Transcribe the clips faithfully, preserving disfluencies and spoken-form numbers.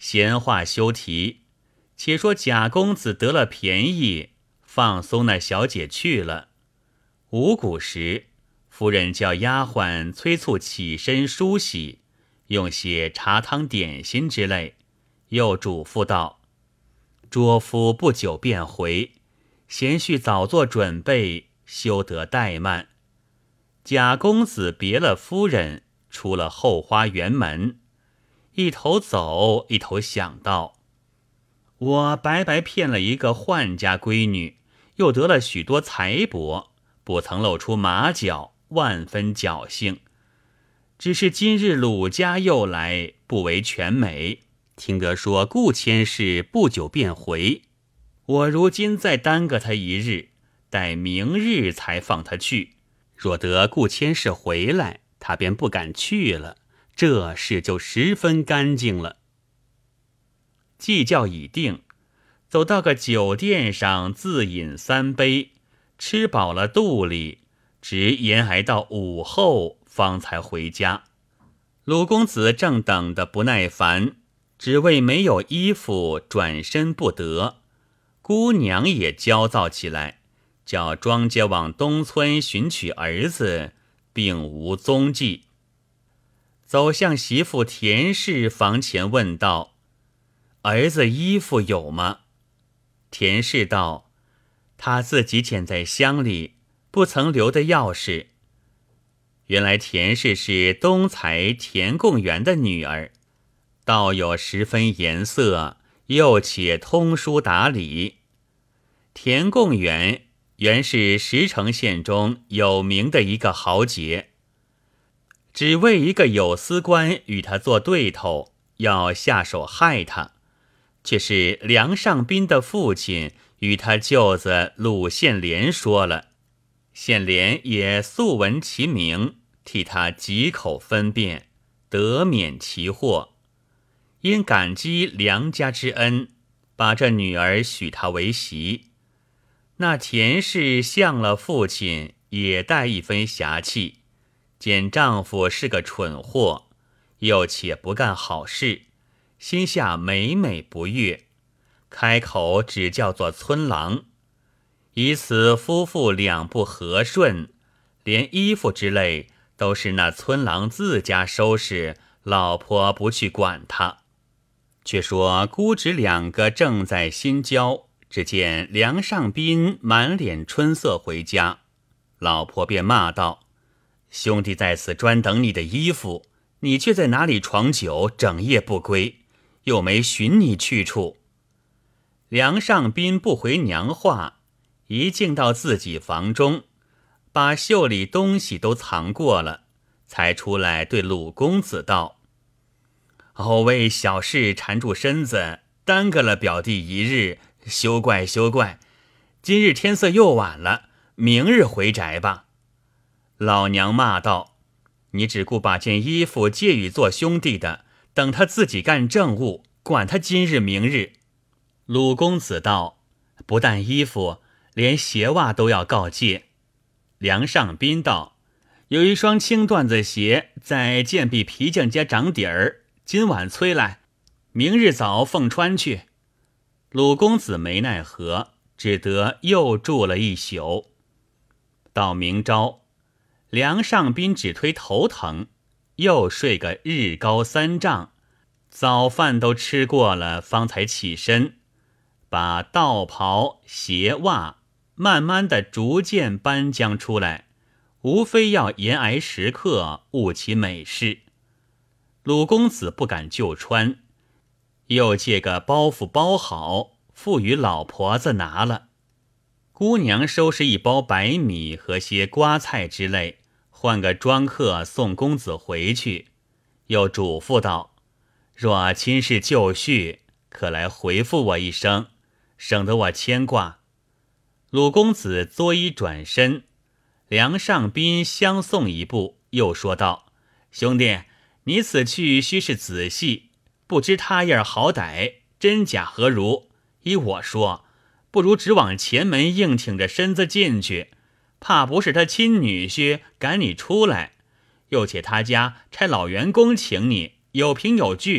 闲话休提，且说贾公子得了便宜，放松那小姐去了。五鼓时，夫人叫丫鬟催促起身梳洗，用些茶汤点心之类，又嘱咐道：拙夫不久便回，贤婿早做准备，休得怠慢。贾公子别了夫人，出了后花园门，一头走一头想到：我白白骗了一个宦家闺女，又得了许多财帛，不曾露出马脚，万分侥幸。只是今日鲁家又来，不为全美，听得说顾千氏不久便回，我如今再耽搁他一日，待明日才放他去。若得顾千氏回来，他便不敢去了，这事就十分干净了。计较已定，走到个酒店上，自饮三杯，吃饱了肚里，直延挨到午后方才回家。鲁公子正等得不耐烦，只为没有衣服，转身不得。姑娘也焦躁起来，叫庄家往东村寻取儿子，并无踪迹。走向媳妇田氏房前问道：儿子衣服有吗？田氏道：他自己捡在箱里，不曾留的钥匙。原来田氏是东财田贡元的女儿，道有十分颜色，又且通书达理。田贡元原是石城县中有名的一个豪杰，只为一个有司官与他做对头，要下手害他，却是梁上宾的父亲与他舅子鲁献廉说了，献廉也素闻其名，替他几口分辨，得免其祸。因感激梁家之恩，把这女儿许他为媳。那田氏向了父亲，也带一分侠气，见丈夫是个蠢货，又且不干好事，心下每每不悦，开口只叫做村郎。以此夫妇两不和顺，连衣服之类都是那村郎自家收拾，老婆不去管他。却说姑侄两个正在心焦，只见梁上宾满脸春色回家，老婆便骂道：兄弟在此专等你的衣服，你却在哪里闯酒，整夜不归，又没寻你去处。梁上宾不回娘话，一进到自己房中，把袖里东西都藏过了，才出来对鲁公子道：偶为小事缠住身子，耽搁了表弟一日，休怪休怪，今日天色又晚了，明日回宅吧。老娘骂道：你只顾把件衣服借与做兄弟的，等他自己干政务，管他今日明日。鲁公子道：不但衣服，连鞋袜都要告借。梁上宾道：有一双青缎子鞋在贱婢皮匠家长底儿，今晚催来，明日早奉穿去。鲁公子没奈何，只得又住了一宿。到明朝，梁上宾只推头疼，又睡个日高三丈，早饭都吃过了，方才起身，把道袍鞋袜慢慢的逐渐搬将出来，无非要延挨时刻，务其美事。鲁公子不敢就穿，又借个包袱包好，付与老婆子拿了。姑娘收拾一包白米和些瓜菜之类，换个庄客送公子回去，又嘱咐道：若亲事就绪，可来回复我一声，省得我牵挂。鲁公子作揖转身，梁上宾相送一步，又说道：兄弟，你此去须是仔细，不知他样好歹，真假何如？依我说，不如只往前门硬挺着身子进去，怕不是他亲女婿赶你出来，又且他家差老员工请你，有凭有据，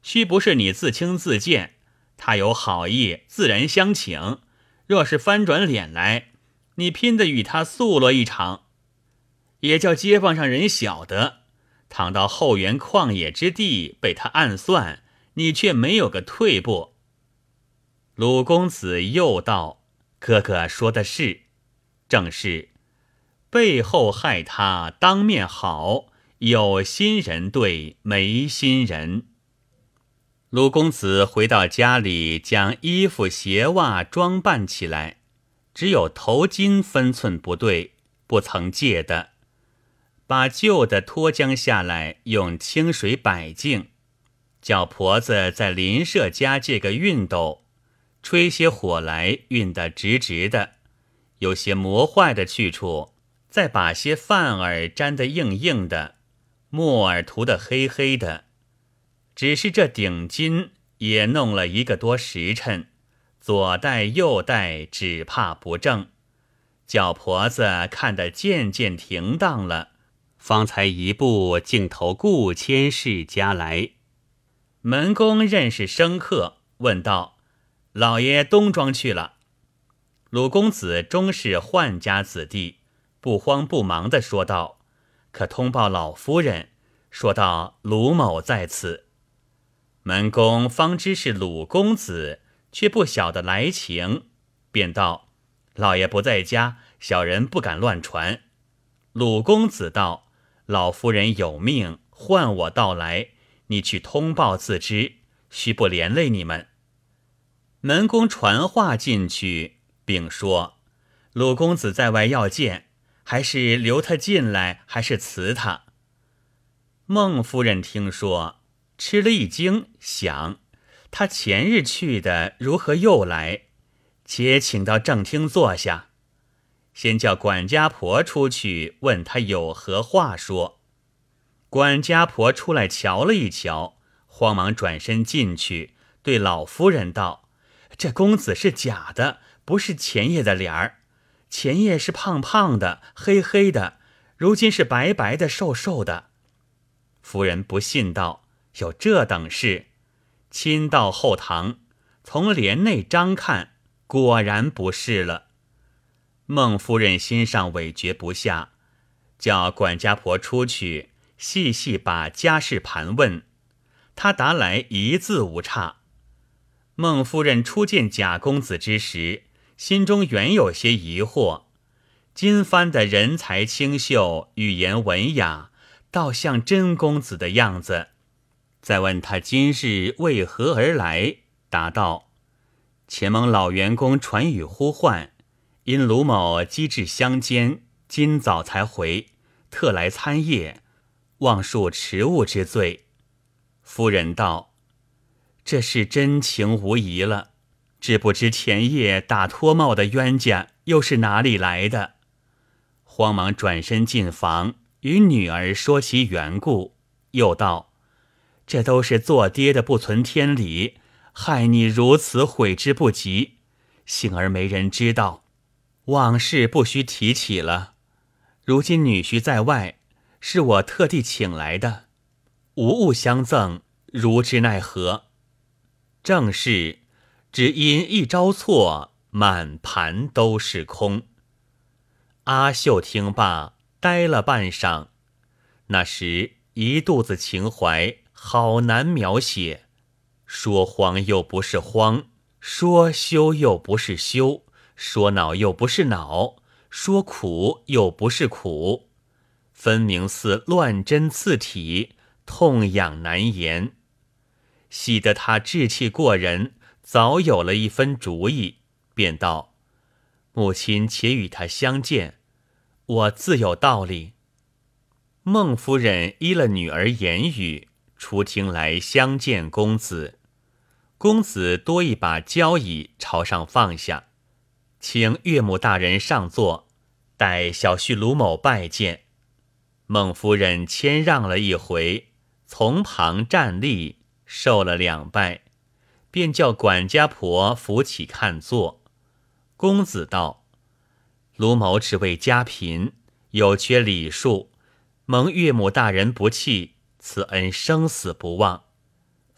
须不是你自轻自贱，他有好意，自然相请。若是翻转脸来，你拼得与他诉落一场，也叫街坊上人晓得。倘到后园旷野之地被他暗算，你却没有个退步。”鲁公子又道：“哥哥说的是，正是背后害他，当面好，有心人对没心人。”鲁公子回到家里，将衣服鞋袜装扮起来，只有头巾分寸不对，不曾借的，把旧的脱浆下来，用清水摆净，叫婆子在邻舍家借个熨斗，吹些火来，熨得直直的，有些磨坏的去处，再把些饭儿粘得硬硬的，墨儿涂得黑黑的。只是这顶巾也弄了一个多时辰，左戴右戴，只怕不正，叫婆子看得渐渐停当了，方才一步径投顾千氏家来。门公认识生客，问道：“老爷东庄去了？”鲁公子终是宦家子弟，不慌不忙地说道：“可通报老夫人，说道鲁某在此。”门公方知是鲁公子，却不晓得来情，便道：“老爷不在家，小人不敢乱传。”鲁公子道：“老夫人有命，唤我到来，你去通报自知，须不连累你们。”门公传话进去，并说：“鲁公子在外要见，还是留他进来，还是辞他？”孟夫人听说，吃了一惊，想他前日去的，如何又来？且请到正厅坐下，先叫管家婆出去问他有何话说。管家婆出来瞧了一瞧，慌忙转身进去，对老夫人道：“这公子是假的，不是前夜的脸儿。前夜是胖胖的，黑黑的，如今是白白的，瘦瘦的。”夫人不信道：“有这等事？”亲到后堂，从帘内张看，果然不是了。孟夫人心上委决不下，叫管家婆出去细细把家事盘问，他答来一字无差。孟夫人初见贾公子之时，心中原有些疑惑，今番的人才清秀，语言文雅，倒像真公子的样子。再问他今日为何而来，答道：“前蒙老员工传语呼唤，因鲁某机智相间，今早才回，特来参谒，妄恕迟误之罪。”夫人道：“这是真情无疑了，只不知前夜打脱帽的冤家又是哪里来的？”慌忙转身进房，与女儿说其缘故，又道：“这都是做爹的不存天理，害你如此悔之不及，幸而没人知道，往事不须提起了。如今女婿在外，是我特地请来的，无物相赠，如之奈何？”正是只因一招错，满盘都是空。阿秀听罢，呆了半晌，那时一肚子情怀，好难描写。说慌又不是慌，说羞又不是羞，说恼又不是恼，说苦又不是苦，分明似乱针刺体，痛痒难言。喜得他志气过人，早有了一分主意，便道：“母亲且与他相见，我自有道理。”孟夫人依了女儿言语，出厅来相见公子。公子多一把交椅朝上放下，请岳母大人上座，待小婿鲁某拜见。孟夫人谦让了一回，从旁站立，受了两拜，便叫管家婆扶起看坐。公子道：“鲁某只为家贫，有缺礼数，蒙岳母大人不弃，此恩生死不忘。”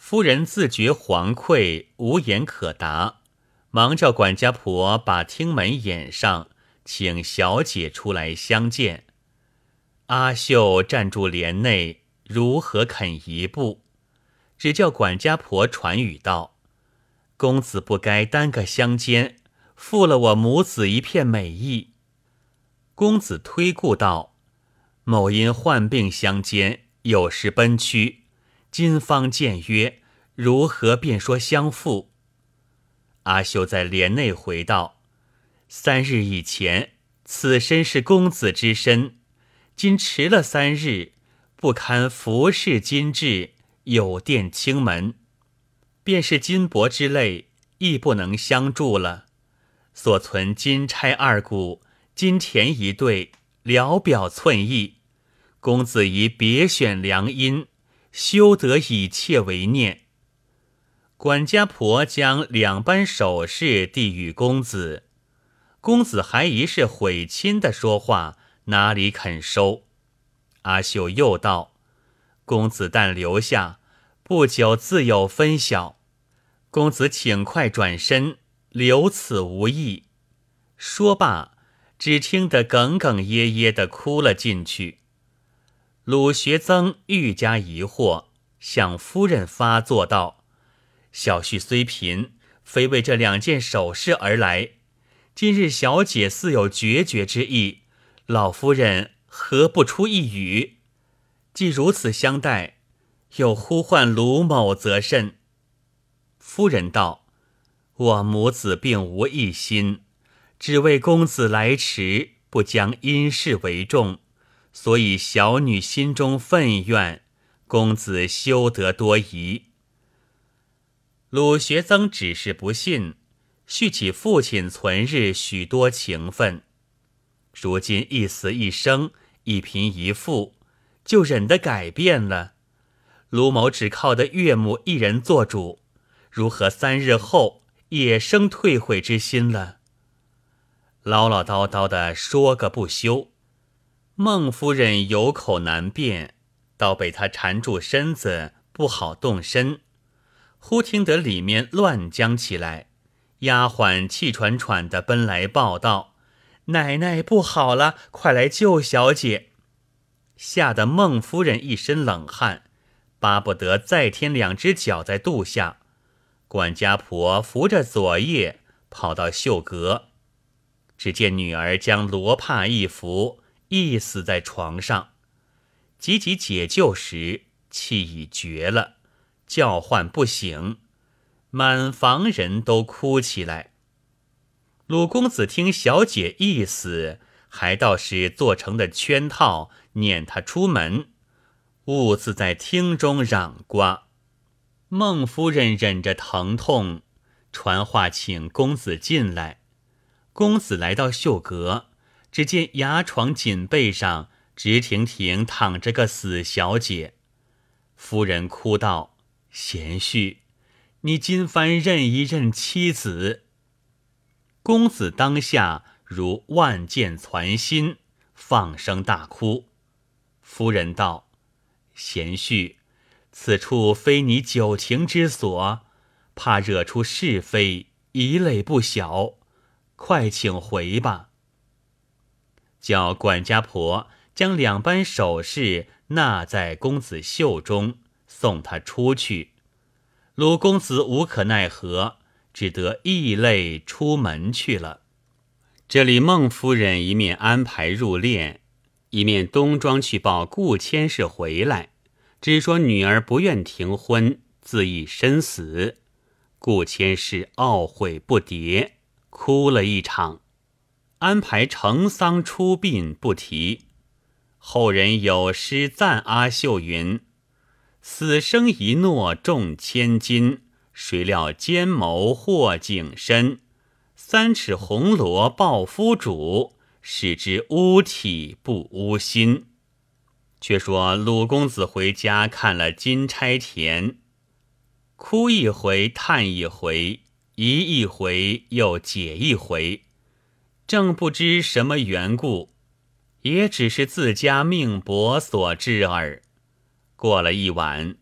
夫人自觉惶愧，无言可答，忙叫管家婆把厅门掩上，请小姐出来相见。阿秀站住帘内，如何肯一步？只叫管家婆传语道：公子不该耽搁相间，负了我母子一片美意。公子推顾道：某因患病相间，有时奔趋，今方见约，如何便说相负？阿秀在帘内回道：三日以前，此身是公子之身，今迟了三日，不堪服侍今至，有殿清门，便是金帛之类，亦不能相助了。所存金钗二股，金田一对，聊表寸意，公子宜别选良姻，休得以妾为念。管家婆将两班首饰递与公子，公子还疑是悔亲的说话，哪里肯收？阿秀又道：公子但留下，不久自有分晓。公子请快转身，留此无益。说罢，只听得哽哽咽咽地哭了进去。鲁学曾愈加疑惑，向夫人发作道：小婿虽贫，非为这两件首饰而来。今日小姐似有决绝之意，老夫人何不出一语？既如此相待，又呼唤鲁某则甚？夫人道：我母子并无一心，只为公子来迟，不将因事为重，所以小女心中愤怨，公子休得多疑。鲁学曾只是不信，叙起父亲存日许多情分，如今一死一生，一贫一富，就忍得改变了。卢某只靠得岳母一人做主，如何三日后也生退悔之心了？唠唠叨叨的说个不休。孟夫人有口难辩，倒被他缠住身子，不好动身。忽听得里面乱将起来，丫鬟气喘喘地奔来报道：奶奶不好了，快来救小姐。吓得孟夫人一身冷汗，巴不得再添两只脚在肚下。管家婆扶着左腋跑到绣阁，只见女儿将罗帕一拂，一死在床上。急急解救时，气已绝了，叫唤不醒，满房人都哭起来。鲁公子听小姐一死，还倒是做成的圈套，撵她出门，兀自在厅中嚷呱。孟夫人忍着疼痛，传话请公子进来。公子来到绣阁，只见牙床锦被上直挺挺躺着个死小姐。夫人哭道：贤婿，你今番认一认妻子。公子当下如万箭攒心，放声大哭。夫人道：贤婿，此处非你久情之所，怕惹出是非，疑累不小，快请回吧。叫管家婆将两班首饰纳在公子袖中，送他出去。鲁公子无可奈何，只得异泪出门去了。这里孟夫人一面安排入殓，一面东庄去报顾千氏回来，只说女儿不愿停婚，自缢身死。顾千氏懊悔不迭，哭了一场。安排成丧出殡不提。后人有诗赞阿秀云：死生一诺重千金，谁料奸谋祸景深。三尺红罗报夫主，使之污体不污心。却说鲁公子回家看了金钗田，哭一回，叹一回，疑一回，又解一回，正不知什么缘故，也只是自家命薄所致耳。过了一晚，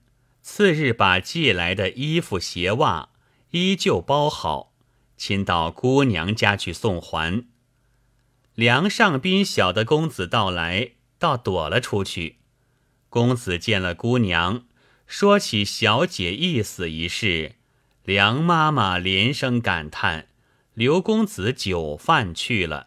次日把借来的衣服鞋袜依旧包好，亲到姑娘家去送还。梁上宾晓得公子到来，倒躲了出去。公子见了姑娘，说起小姐一死一事，梁妈妈连声感叹，刘公子酒饭去了。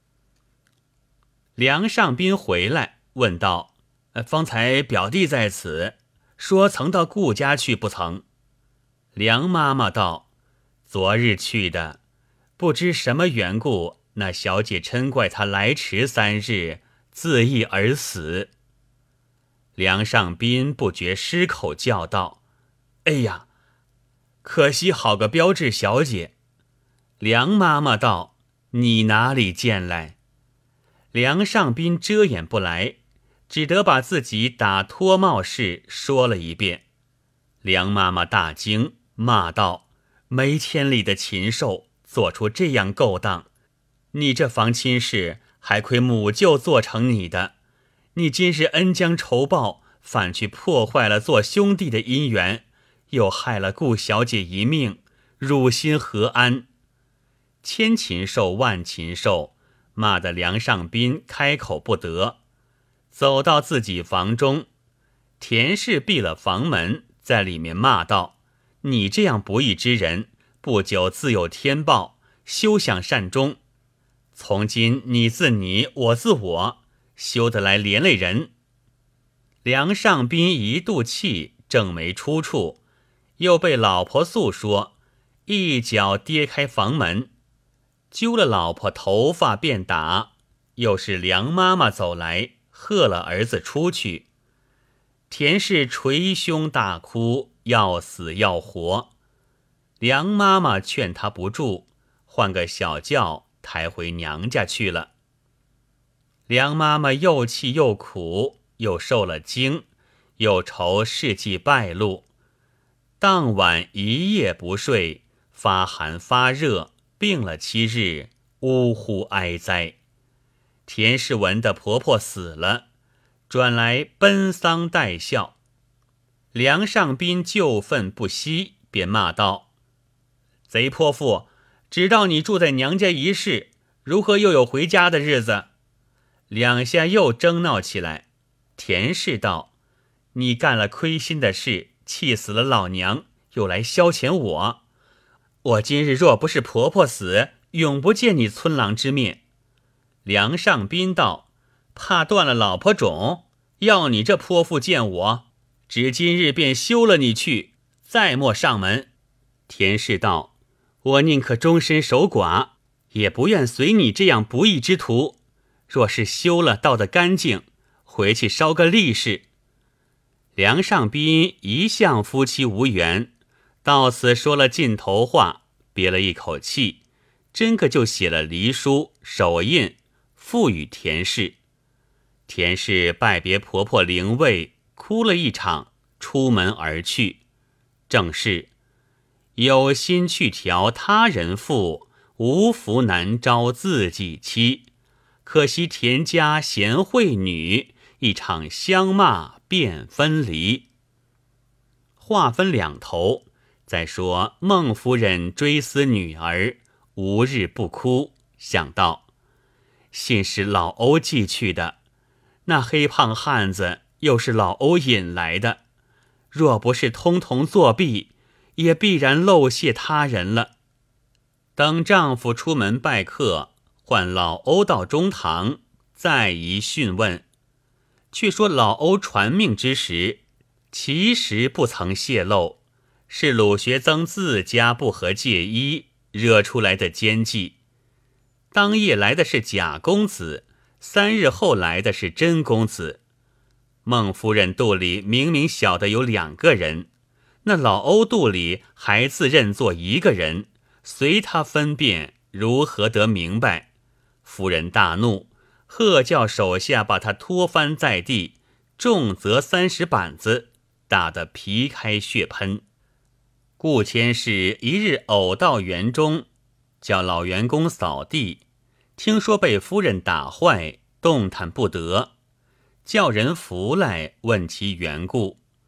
梁上宾回来问道：方才表弟在此，说曾到顾家去不曾？梁妈妈道：昨日去的，不知什么缘故，那小姐嗔怪他来迟三日，自缢而死。梁上宾不觉失口叫道：哎呀，可惜好个标致小姐。梁妈妈道：你哪里见来？梁上宾遮掩不来，只得把自己打脱帽事说了一遍。梁妈妈大惊，骂道：没天理的禽兽，做出这样勾当！你这房亲事，还亏母舅做成你的，你今日恩将仇报，反去破坏了做兄弟的姻缘，又害了顾小姐一命，汝心何安？千禽兽万禽兽，骂得梁上宾开口不得。走到自己房中，田氏闭了房门，在里面骂道：你这样不义之人，不久自有天报，休想善终。从今你自你，我自我，休得来连累人。梁上宾一肚气，正没出处，又被老婆诉说，一脚跌开房门，揪了老婆头发便打。又是梁妈妈走来，喝了儿子出去。田氏捶胸大哭，要死要活。梁妈妈劝他不住，换个小轿抬回娘家去了。梁妈妈又气又苦，又受了惊，又愁事迹败露，当晚一夜不睡，发寒发热，病了七日，呜呼哀哉。田氏闻的婆婆死了，转来奔丧带孝。梁上宾旧愤不息，便骂道：贼泼妇，只道你住在娘家一世，如何又有回家的日子？两下又争闹起来。田氏道：你干了亏心的事，气死了老娘，又来消遣我。我今日若不是婆婆死，永不见你村郎之面。梁上宾道：怕断了老婆种，要你这泼妇见我，只今日便休了你去，再莫上门。田氏道：我宁可终身守寡，也不愿随你这样不义之徒。若是休了，倒得干净，回去烧个利市。梁上宾一向夫妻无缘，到此说了尽头话，憋了一口气，真个就写了离书，手印付与田氏。田氏拜别婆婆灵位，哭了一场，出门而去。正是有心去调他人妇，无福难招自己妻。可惜田家贤惠女，一场相骂便分离。话分两头，再说孟夫人追思女儿，无日不哭，想到信是老欧寄去的，那黑胖汉子又是老欧引来的，若不是通同作弊，也必然漏泄他人了。等丈夫出门拜客，唤老欧到中堂，再一讯问。却说老欧传命之时，其实不曾泄露，是鲁学曾自家不合介衣惹出来的奸计。当夜来的是贾公子，三日后来的是真公子。孟夫人肚里明明晓得有两个人，那老欧肚里还自认作一个人，随他分辨，如何得明白？夫人大怒，喝叫手下把他拖翻在地，重则三十板子，打得皮开血喷。顾千氏一日偶到园中，叫老员工扫地，听说被夫人打坏，动弹不得，叫人扶来问其缘故。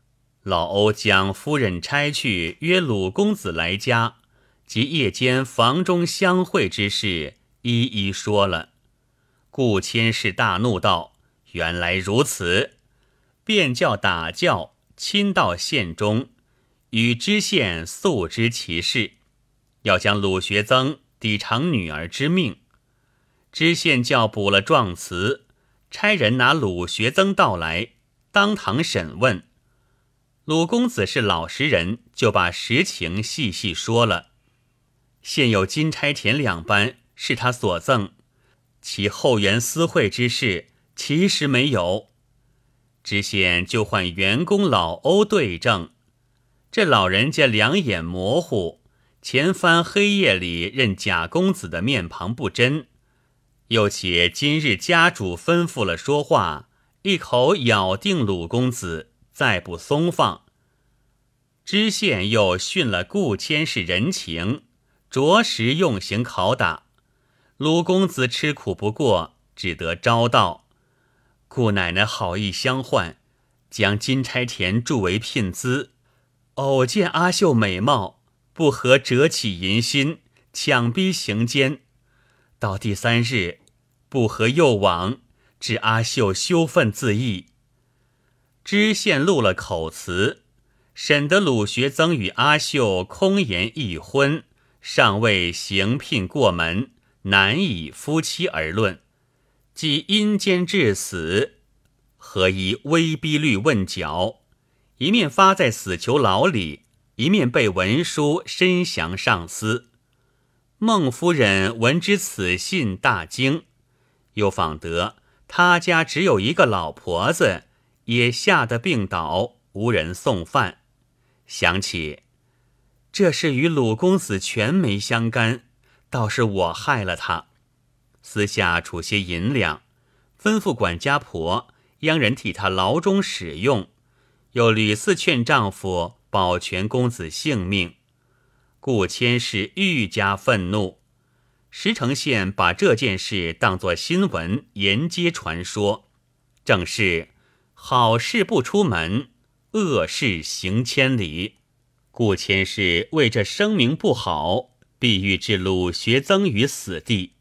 老欧将夫人差去约鲁公子来家，及夜间房中相会之事一一说了。顾千世大怒道：原来如此，便叫打轿亲到县中，与知县诉知其事，要将鲁学曾抵偿女儿之命。知县叫补了状词，差人拿鲁学曾到来，当堂审问。鲁公子是老实人，就把实情细细说了。现有金钗田两般是他所赠，其后园私会之事其实没有。知县就唤员工老欧对证，这老人家两眼模糊，前番黑夜里认贾公子的面庞不真，又且今日家主吩咐了说话，一口咬定鲁公子，再不松放。知县又训了顾千世人情，着实用刑拷打。鲁公子吃苦不过，只得招道。顾奶奶好意相唤，将金钗田铸为聘资，偶见阿秀美貌，不合折起淫心，强逼行奸。到第三日，不合又往，致阿秀羞愤自缢。知县录了口词，审得鲁学曾与阿秀空言一婚，尚未行聘过门，难以夫妻而论，即阴间致死，何以威逼律问绞，一面发在死囚牢里，一面被文书申降上司。孟夫人闻知此信大惊，又访得他家只有一个老婆子，也吓得病倒，无人送饭。想起这事与鲁公子全没相干，倒是我害了他，私下储些银两，吩咐管家婆央人替他牢中使用，又屡次劝丈夫保全公子性命。顾千世愈加愤怒，石城县把这件事当作新闻沿街传说，正是好事不出门，恶事行千里。顾千世为这声名不好，必欲置鲁学曾于死地。